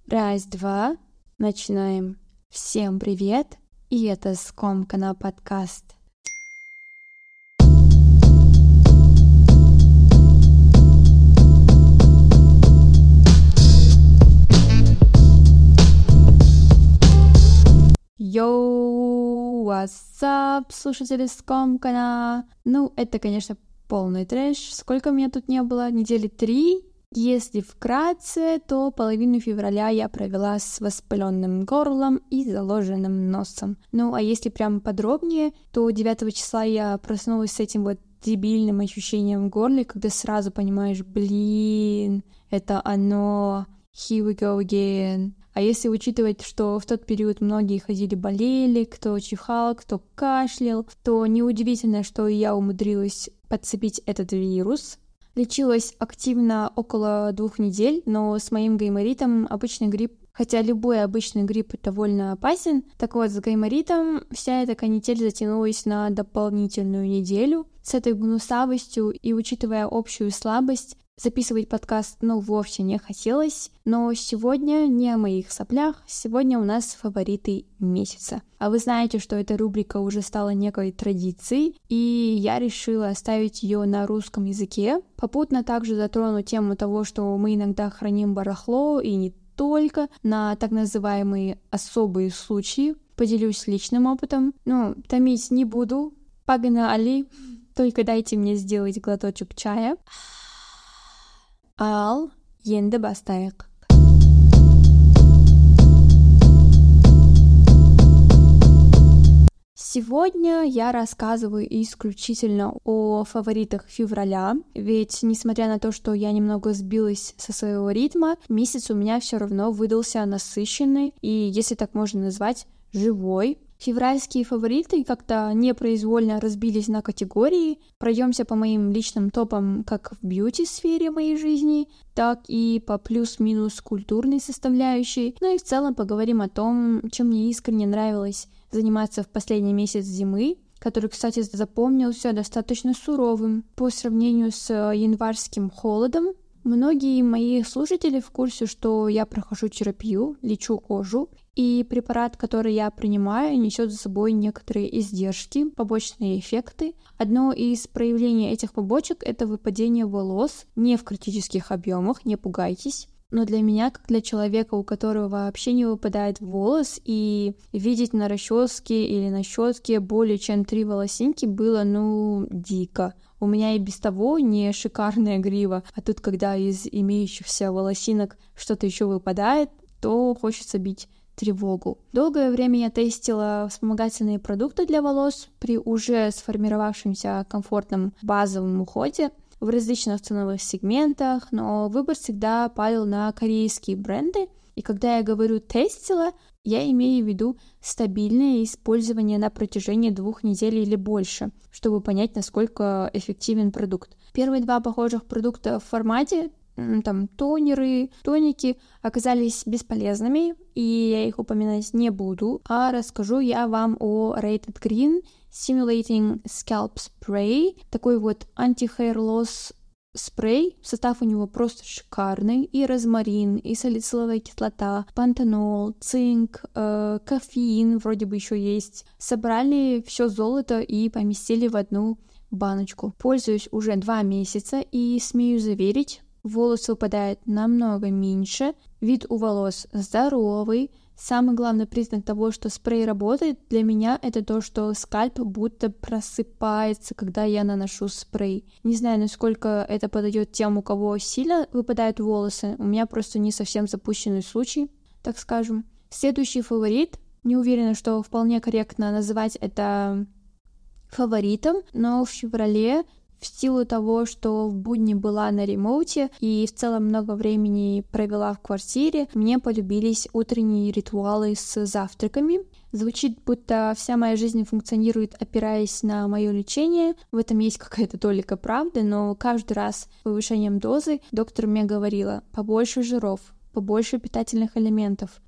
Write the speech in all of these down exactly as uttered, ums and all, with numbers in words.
Раз-два, начинаем. Всем привет, и это Скомкана подкаст. Йоу, what's up, слушатели Скомкана? Ну, это, конечно, полный трэш. Сколько меня тут не было? Недели три? Если вкратце, то половину февраля я провела с воспаленным горлом и заложенным носом. Ну, а если прям подробнее, то девятого числа я проснулась с этим вот дебильным ощущением в горле, когда сразу понимаешь, блин, это оно, here we go again. А если учитывать, что в тот период многие ходили болели, кто чихал, кто кашлял, то неудивительно, что я умудрилась подцепить этот вирус. Лечилась активно около двух недель, но с моим гайморитом обычный грипп, хотя любой обычный грипп довольно опасен, так вот с гайморитом вся эта канитель затянулась на дополнительную неделю. С этой гнусавостью и учитывая общую слабость, записывать подкаст, ну, вовсе не хотелось, но сегодня не о моих соплях, сегодня у нас фавориты месяца. А вы знаете, что эта рубрика уже стала некой традицией, и я решила оставить ее на русском языке, попутно также затрону тему того, что мы иногда храним барахло, и не только, на так называемые особые случаи, поделюсь личным опытом, ну, томить не буду, погнали, только дайте мне сделать глоточек чая. Ал, енді бастайық. Сегодня я рассказываю исключительно о фаворитах февраля, ведь, несмотря на то, что я немного сбилась со своего ритма, месяц у меня все равно выдался насыщенный и, если так можно назвать, живой. Февральские фавориты как-то непроизвольно разбились на категории. Пройдемся по моим личным топам как в бьюти-сфере моей жизни, так и по плюс-минус культурной составляющей. Ну и в целом поговорим о том, чем мне искренне нравилось заниматься в последний месяц зимы, который, кстати, запомнился достаточно суровым по сравнению с январским холодом. Многие мои слушатели в курсе, что я прохожу терапию, лечу кожу, и препарат, который я принимаю, несет за собой некоторые издержки, побочные эффекты. Одно из проявлений этих побочек — это выпадение волос, не в критических объемах, не пугайтесь. Но для меня, как для человека, у которого вообще не выпадает волос, и видеть на расческе или на щетке более чем три волосинки было, ну, дико. У меня и без того не шикарная грива, а тут, когда из имеющихся волосинок что-то еще выпадает, то хочется бить тревогу. Долгое время я тестила вспомогательные продукты для волос при уже сформировавшемся комфортном базовом уходе в различных ценовых сегментах, но выбор всегда падал на корейские бренды. И когда я говорю «тестила», я имею в виду стабильное использование на протяжении двух недель или больше, чтобы понять, насколько эффективен продукт. Первые два похожих продукта в формате, там, тонеры, тоники, оказались бесполезными, и я их упоминать не буду, а расскажу я вам о Rated Green Simulating Scalp Spray, такой вот anti-hair loss спрей. Состав у него просто шикарный. И розмарин, и салициловая кислота, пантенол, цинк, э, кофеин вроде бы еще есть. Собрали все золото и поместили в одну баночку. Пользуюсь уже два месяца и смею заверить, волос выпадает намного меньше, вид у волос здоровый. Самый главный признак того, что спрей работает, для меня это то, что скальп будто просыпается, когда я наношу спрей. Не знаю, насколько это подойдет тем, у кого сильно выпадают волосы. У меня просто не совсем запущенный случай, так скажем. Следующий фаворит. Не уверена, что вполне корректно называть это фаворитом, но в феврале, в силу того, что в будни была на ремоуте и в целом много времени провела в квартире, мне полюбились утренние ритуалы с завтраками. Звучит, будто вся моя жизнь функционирует, опираясь на мое лечение. В этом есть какая-то толика правды, но каждый раз с повышением дозы доктор мне говорила: побольше жиров, побольше питательных элементов,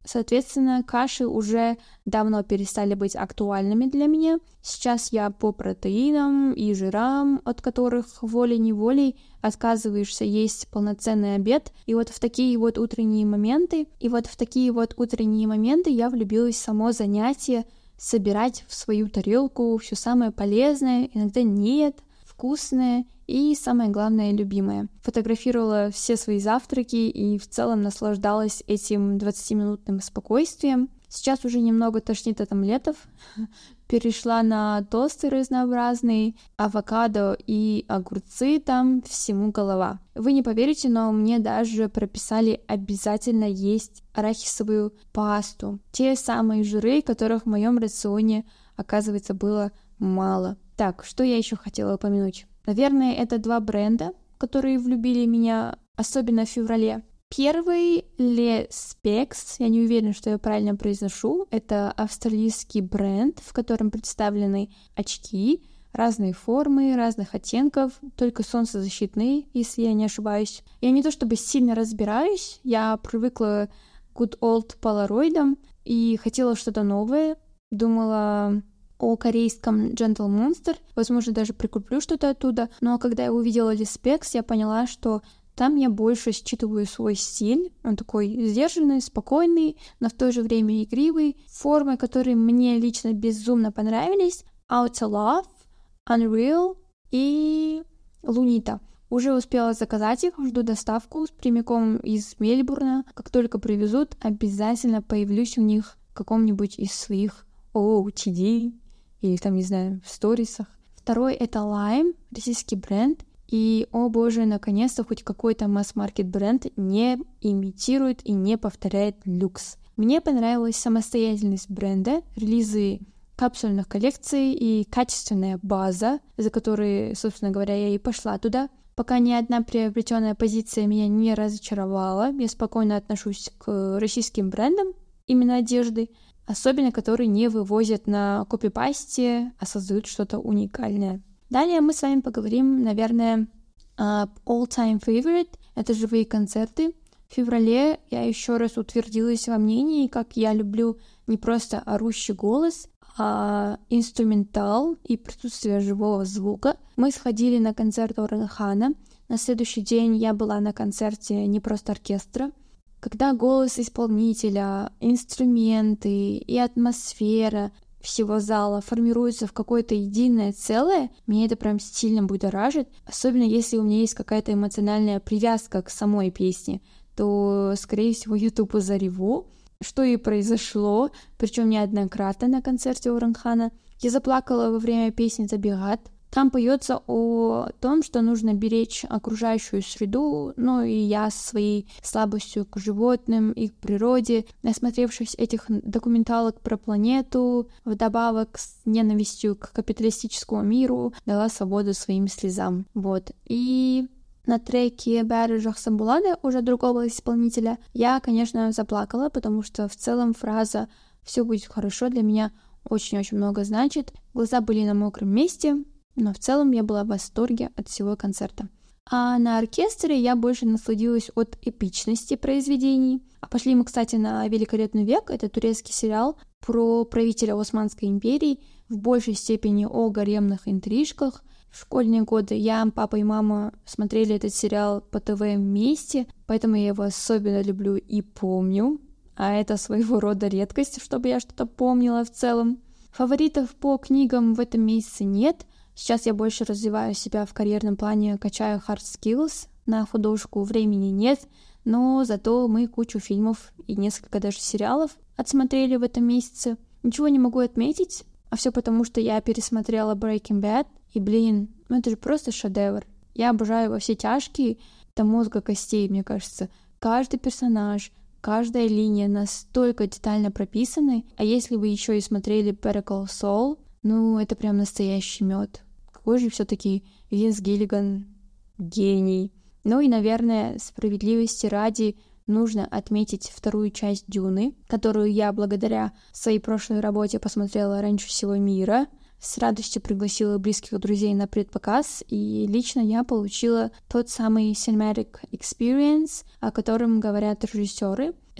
Соответственно, каши уже давно перестали быть актуальными для меня. Сейчас я по протеинам и жирам, от которых волей-неволей отказываешься есть полноценный обед. И вот в такие вот утренние моменты, и вот в такие вот утренние моменты я влюбилась в само занятие собирать в свою тарелку все самое полезное, иногда нет, вкусное и, самое главное, любимое. Фотографировала все свои завтраки и в целом наслаждалась этим двадцатиминутным спокойствием. Сейчас уже немного тошнит от омлетов. Перешла на тосты разнообразные, авокадо и огурцы, там всему голова. Вы не поверите, но мне даже прописали обязательно есть арахисовую пасту. Те самые жиры, которых в моем рационе, оказывается, было мало. Так, что я еще хотела упомянуть? Наверное, это два бренда, которые влюбили меня, особенно в феврале. Первый Le Specs, я не уверена, что я правильно произношу, это австралийский бренд, в котором представлены очки, разные формы, разных оттенков, только солнцезащитные, если я не ошибаюсь. Я не то чтобы сильно разбираюсь, я привыкла к good old полароидам и хотела что-то новое, думала о корейском Gentle Monster, возможно, даже прикуплю что-то оттуда, но когда я увидела Le Specs, я поняла, что там я больше считываю свой стиль, он такой сдержанный, спокойный, но в то же время игривый, формы, которые мне лично безумно понравились, Outer Love, Unreal и Lunita. Уже успела заказать их, жду доставку прямиком из Мельбурна. Как только привезут, обязательно появлюсь у них в каком-нибудь из своих о ти ди или там, не знаю, в сторисах. Второй — это Lime, российский бренд. И, о боже, наконец-то хоть какой-то масс-маркет бренд не имитирует и не повторяет люкс. Мне понравилась самостоятельность бренда, релизы капсульных коллекций и качественная база, за которой, собственно говоря, я и пошла туда. Пока ни одна приобретенная позиция меня не разочаровала, я спокойно отношусь к российским брендам, именно одежды, особенно которые не вывозят на копипасте, а создают что-то уникальное. Далее мы с вами поговорим, наверное, об all-time favorite. Это живые концерты. В феврале я еще раз утвердилась во мнении, как я люблю не просто орущий голос, а инструментал и присутствие живого звука. Мы сходили на концерт Оренхана. На следующий день я была на концерте не просто оркестра. Когда голос исполнителя, инструменты и атмосфера всего зала формируется в какое-то единое целое, меня это прям сильно будоражит, особенно если у меня есть какая-то эмоциональная привязка к самой песне, то, скорее всего, я тупо зареву, что и произошло, причем неоднократно на концерте Оренхана. Я заплакала во время песни «Забегат». Там поется о том, что нужно беречь окружающую среду, ну и я со своей слабостью к животным и к природе, насмотревшись этих документалок про планету, вдобавок с ненавистью к капиталистическому миру, дала свободу своим слезам. Вот. И на треке «Бәрі жақсы болады» уже другого исполнителя я, конечно, заплакала, потому что в целом фраза «все будет хорошо» для меня очень-очень много значит. Глаза были на мокром месте, но в целом я была в восторге от всего концерта. А на оркестре я больше насладилась от эпичности произведений. А пошли мы, кстати, на «Великолепный век». Это турецкий сериал про правителя Османской империи, в большей степени о гаремных интрижках. В школьные годы я, папа и мама смотрели этот сериал по ТВ вместе, поэтому я его особенно люблю и помню. А это своего рода редкость, чтобы я что-то помнила в целом. Фаворитов по книгам в этом месяце нет. Сейчас я больше развиваю себя в карьерном плане, качаю hard skills, на художку времени нет, но зато мы кучу фильмов и несколько даже сериалов отсмотрели в этом месяце. Ничего не могу отметить, а все потому, что я пересмотрела Breaking Bad, и, блин, ну это же просто шедевр. Я обожаю «Во все тяжкие», до мозга костей, мне кажется. Каждый персонаж, каждая линия настолько детально прописаны, а если вы еще и смотрели Better Call Saul, ну, это прям настоящий мед. Какой же все-таки Винс Гиллиган гений. Ну и, наверное, справедливости ради нужно отметить вторую часть «Дюны», которую я благодаря своей прошлой работе посмотрела раньше всего мира. С радостью пригласила близких друзей на предпоказ, и лично я получила тот самый cinematic experience, о котором говорят режиссеры.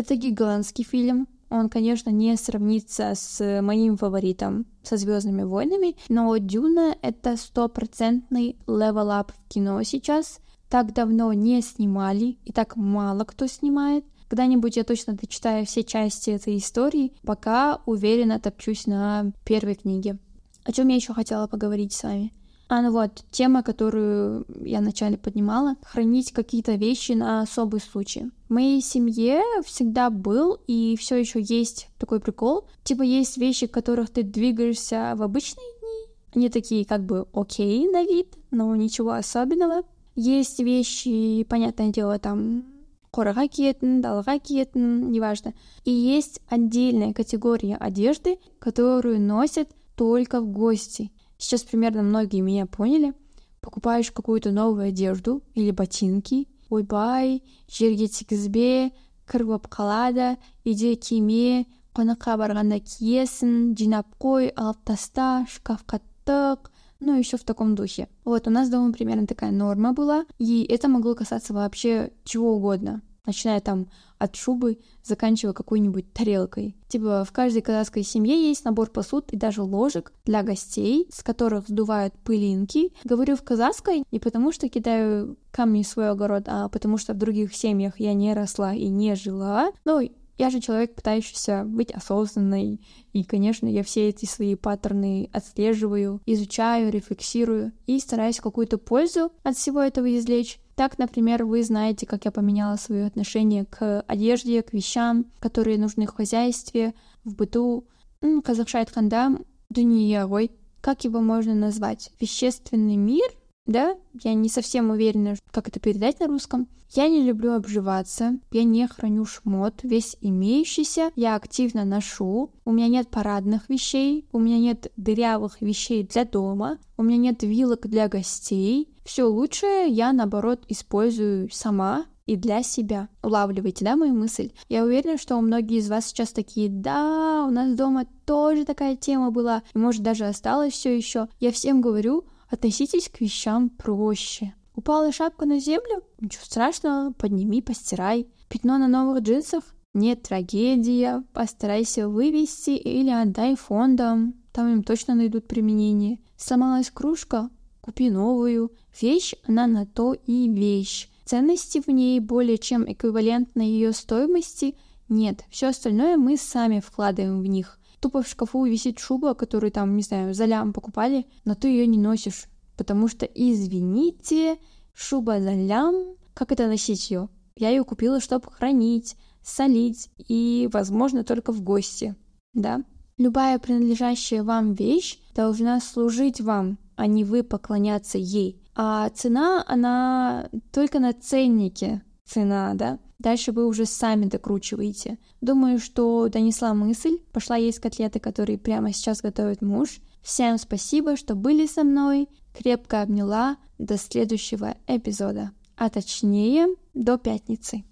Это гигантский фильм. Он, конечно, не сравнится с моим фаворитом, со «Звездными войнами», но «Дюна» — это стопроцентный левел-ап в кино сейчас. Так давно не снимали, и так мало кто снимает. Когда-нибудь я точно дочитаю все части этой истории, пока уверенно топчусь на первой книге. О чем я еще хотела поговорить с вами? А, ну вот, тема, которую я вначале поднимала, хранить какие-то вещи на особый случай. В моей семье всегда был и все еще есть такой прикол. Типа есть вещи, в которых ты двигаешься в обычные дни. Они такие как бы окей на вид, но ничего особенного. Есть вещи, понятное дело, там қораға киетін, далаға киетін, неважно. И есть отдельная категория одежды, которую носят только в гости. Сейчас примерно многие меня поняли. Покупаешь какую-то новую одежду или ботинки. Ойбай, жерге тигізбе, кір болып қалады, үйде киме, қонаққа барғанда киесің, жинап қой, алып таста, шкафқа тық. Ну, еще в таком духе. Вот, у нас дома примерно такая норма была, и это могло касаться вообще чего угодно. Начиная там от шубы, заканчивая какой-нибудь тарелкой. Типа в каждой казахской семье есть набор посуд и даже ложек для гостей, с которых сдувают пылинки. Говорю в казахской не потому, что кидаю камни в свой огород, а потому что в других семьях я не росла и не жила. Ну, я же человек, пытающийся быть осознанной, и, конечно, я все эти свои паттерны отслеживаю, изучаю, рефлексирую и стараюсь какую-то пользу от всего этого извлечь. Так, например, вы знаете, как я поменяла свое отношение к одежде, к вещам, которые нужны в хозяйстве, в быту. Ну, қазақша айтқанда, дүние ғой. Как его можно назвать? Вещественный мир? Да, я не совсем уверена, как это передать на русском. Я не люблю обживаться, я не храню шмот, весь имеющийся я активно ношу. У меня нет парадных вещей, у меня нет дырявых вещей для дома, у меня нет вилок для гостей. Все лучшее я, наоборот, использую сама и для себя. Улавливаете, да, мою мысль? Я уверена, что многие из вас сейчас такие: да, у нас дома тоже такая тема была, и может даже осталось все еще. Я всем говорю: относитесь к вещам проще. Упала шапка на землю? Ничего страшного, подними, постирай. Пятно на новых джинсах? Нет, трагедия. Постарайся вывести или отдай фондам. Там им точно найдут применение. Сломалась кружка? Купи новую. Вещь, она на то и вещь. Ценности в ней более чем эквивалентной ее стоимости нет. Все остальное мы сами вкладываем в них. Тупо в шкафу висит шуба, которую там, не знаю, за лям покупали, но ты ее не носишь. Потому что, извините, шуба за лям, как это носить ее? Я ее купила, чтобы хранить, солить и, возможно, только в гости, да? Любая принадлежащая вам вещь должна служить вам, а не вы поклоняться ей. А цена, она только на ценнике цена, да? Дальше вы уже сами докручиваете. Думаю, что донесла мысль. Пошла есть котлеты, которые прямо сейчас готовит муж. Всем спасибо, что были со мной. Крепко обняла. До следующего эпизода. А точнее, до пятницы.